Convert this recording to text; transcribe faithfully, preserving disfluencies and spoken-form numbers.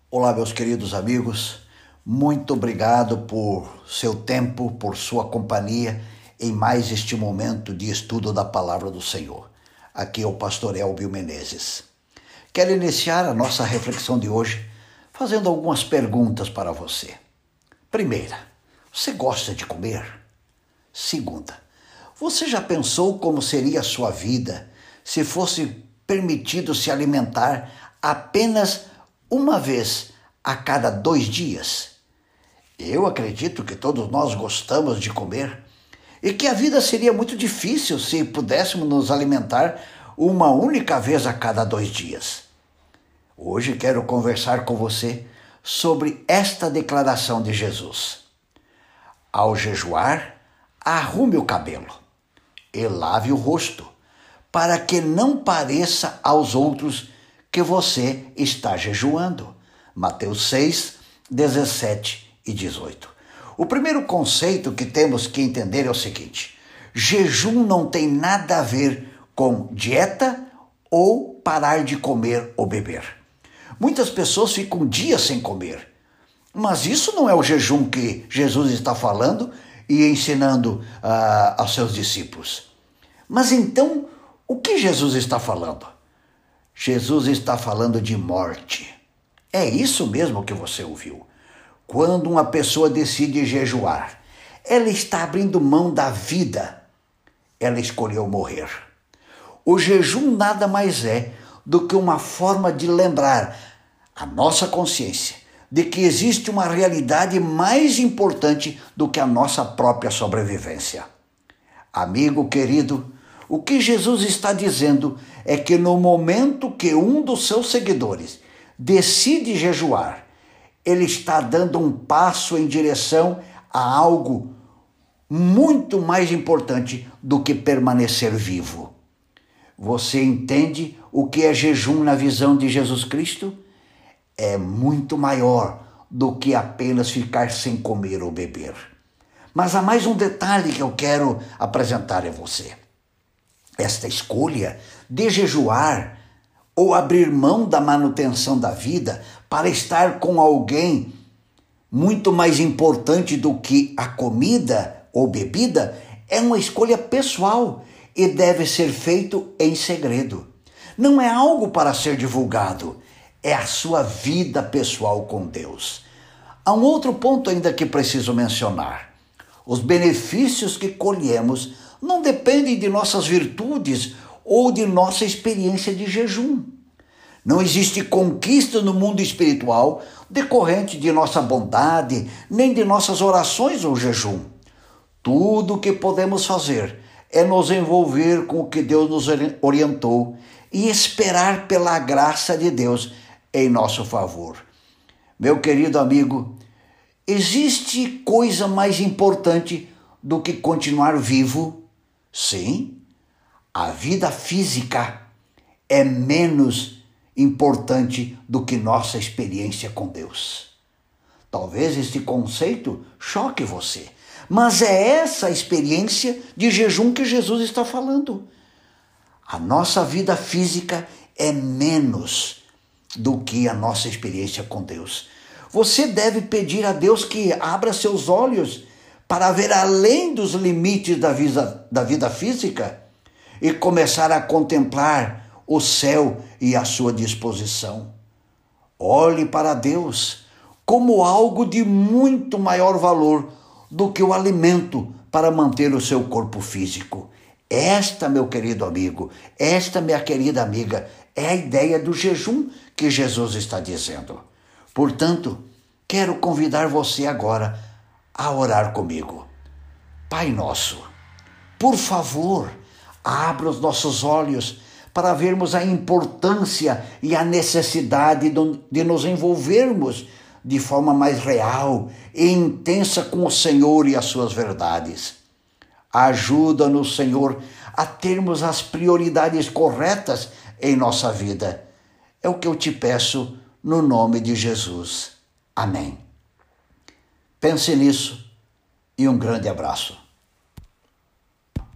Olá, meus queridos amigos, muito obrigado por seu tempo, por sua companhia em mais este momento de estudo da Palavra do Senhor. Aqui é o pastor Elbio Menezes. Quero iniciar a nossa reflexão de hoje fazendo algumas perguntas para você. Primeira, você gosta de comer? Segunda, você já pensou como seria a sua vida se fosse permitido se alimentar apenas uma vez a cada dois dias? Eu acredito que todos nós gostamos de comer e que a vida seria muito difícil se pudéssemos nos alimentar uma única vez a cada dois dias. Hoje quero conversar com você sobre esta declaração de Jesus. Ao jejuar, arrume o cabelo e lave o rosto, para que não pareça aos outros que você está jejuando. Mateus seis, dezessete e dezoito. O primeiro conceito que temos que entender é o seguinte: jejum não tem nada a ver com dieta ou parar de comer ou beber. Muitas pessoas ficam dias sem comer, mas isso não é o jejum que Jesus está falando e ensinando uh, aos seus discípulos. Mas então, o que Jesus está falando? Jesus está falando de morte. É isso mesmo que você ouviu. Quando uma pessoa decide jejuar, ela está abrindo mão da vida. Ela escolheu morrer. O jejum nada mais é do que uma forma de lembrar a nossa consciência de que existe uma realidade mais importante do que a nossa própria sobrevivência. Amigo querido, o que Jesus está dizendo é que no momento que um dos seus seguidores decide jejuar, ele está dando um passo em direção a algo muito mais importante do que permanecer vivo. Você entende o que é jejum na visão de Jesus Cristo? É muito maior do que apenas ficar sem comer ou beber. Mas há mais um detalhe que eu quero apresentar a você. Esta escolha de jejuar ou abrir mão da manutenção da vida para estar com alguém muito mais importante do que a comida ou bebida é uma escolha pessoal e deve ser feito em segredo. Não é algo para ser divulgado, é a sua vida pessoal com Deus. Há um outro ponto ainda que preciso mencionar. Os benefícios que colhemos não dependem de nossas virtudes ou de nossa experiência de jejum. Não existe conquista no mundo espiritual decorrente de nossa bondade, nem de nossas orações ou jejum. Tudo o que podemos fazer é nos envolver com o que Deus nos orientou e esperar pela graça de Deus em nosso favor. Meu querido amigo, existe coisa mais importante do que continuar vivo? Sim, a vida física é menos importante do que nossa experiência com Deus. Talvez este conceito choque você, mas é essa experiência de jejum que Jesus está falando. A nossa vida física é menos do que a nossa experiência com Deus. Você deve pedir a Deus que abra seus olhos para ver além dos limites da vida, da vida física e começar a contemplar o céu e a sua disposição. Olhe para Deus como algo de muito maior valor do que o alimento para manter o seu corpo físico. Esta, meu querido amigo, esta, minha querida amiga, é a ideia do jejum que Jesus está dizendo. Portanto, quero convidar você agora a orar comigo. Pai nosso, por favor, abra os nossos olhos para vermos a importância e a necessidade de nos envolvermos de forma mais real e intensa com o Senhor e as suas verdades. Ajuda-nos, Senhor, a termos as prioridades corretas em nossa vida. É o que eu te peço no nome de Jesus. Amém. Pense nisso e um grande abraço.